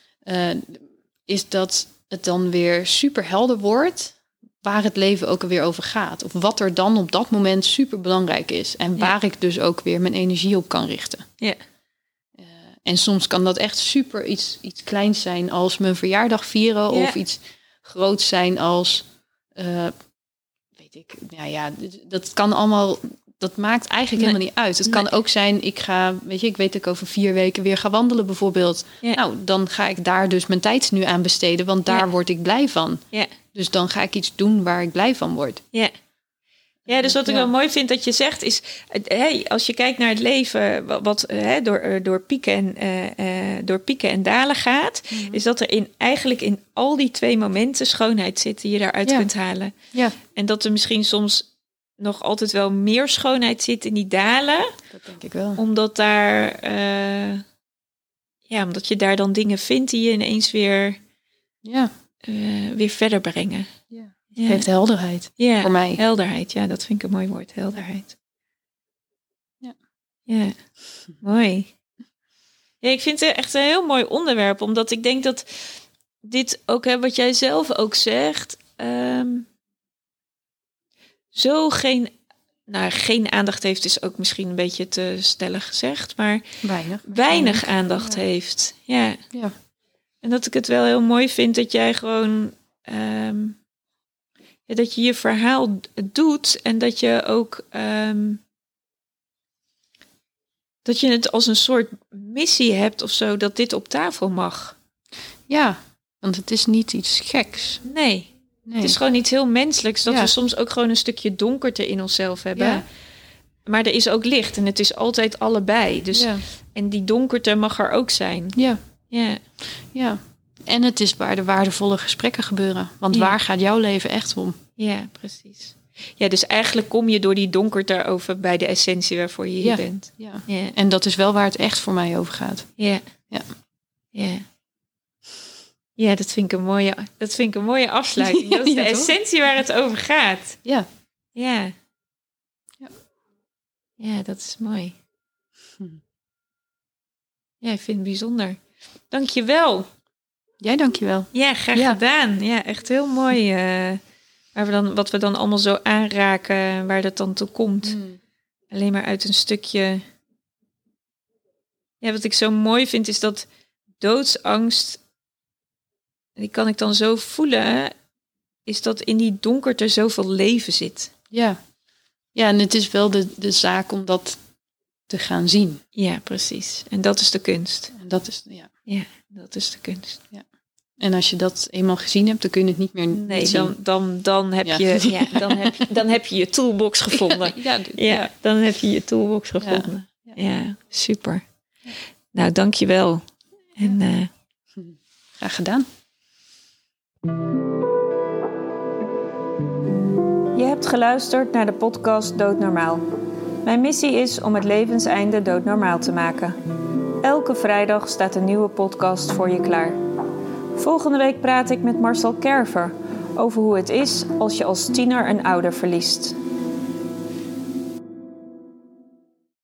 is dat het dan weer super helder wordt waar het leven ook alweer over gaat. Of wat er dan op dat moment super belangrijk is. En waar ik dus ook weer mijn energie op kan richten. Ja. En soms kan dat echt super iets kleins zijn als mijn verjaardag vieren. Of iets groots zijn als, weet ik, dat kan allemaal, dat maakt eigenlijk helemaal niet uit. Het kan ook zijn, ik weet dat ik over 4 weken weer ga wandelen bijvoorbeeld. Ja. Nou, dan ga ik daar dus mijn tijd nu aan besteden, want daar word ik blij van. Ja. Dus dan ga ik iets doen waar ik blij van word. Ja. Ja, dus wat ik wel mooi vind dat je zegt is... als je kijkt naar het leven wat door pieken en dalen gaat... Mm-hmm. Is dat er eigenlijk in al die 2 momenten schoonheid zit die je daaruit kunt halen. Ja. En dat er misschien soms nog altijd wel meer schoonheid zit in die dalen. Dat denk ik wel. Omdat omdat je daar dan dingen vindt die je ineens weer verder brengen. Ja. Het heeft helderheid voor mij. Helderheid, ja, dat vind ik een mooi woord. Helderheid. Ja, mooi. Ja, ik vind het echt een heel mooi onderwerp. Omdat ik denk dat dit ook, wat jij zelf ook zegt... zo geen aandacht heeft... is ook misschien een beetje te stellig gezegd. Maar weinig aandacht heeft. Ja. En dat ik het wel heel mooi vind dat jij gewoon... dat je je verhaal doet en dat je ook dat je het als een soort missie hebt of zo, dat dit op tafel mag. Ja, want het is niet iets geks. Nee. Het is gewoon iets heel menselijks, dat we soms ook gewoon een stukje donkerte in onszelf hebben. Ja. Maar er is ook licht en het is altijd allebei. Dus, en die donkerte mag er ook zijn. Ja. En het is waar de waardevolle gesprekken gebeuren. Want waar gaat jouw leven echt om? Ja, precies. Ja, dus eigenlijk kom je door die donkerte over bij de essentie waarvoor je hier bent. Ja. En dat is wel waar het echt voor mij over gaat. Ja, dat vind ik een mooie afsluiting. Dat is de essentie waar het over gaat. Ja. Ja, dat is mooi. Ja, ik vind het bijzonder. Dank je wel. Jij dankjewel. Ja, graag gedaan. Ja, echt heel mooi. Wat we dan allemaal zo aanraken, waar dat dan toe komt. Alleen maar uit een stukje. Ja, wat ik zo mooi vind is dat doodsangst, die kan ik dan zo voelen, is dat in die donkerte zoveel leven zit. Ja, en het is wel de zaak om dat te gaan zien. Ja, precies. En dat is de kunst. En dat is, Ja, dat is de kunst. Ja. En als je dat eenmaal gezien hebt, dan kun je het niet meer zien. Dan heb je je toolbox gevonden. Dan heb je je toolbox gevonden. Ja, super. Nou, dankjewel. En graag gedaan. Je hebt geluisterd naar de podcast Doodnormaal. Mijn missie is om het levenseinde doodnormaal te maken. Elke vrijdag staat een nieuwe podcast voor je klaar. Volgende week praat ik met Marcel Kerver over hoe het is als je als tiener een ouder verliest.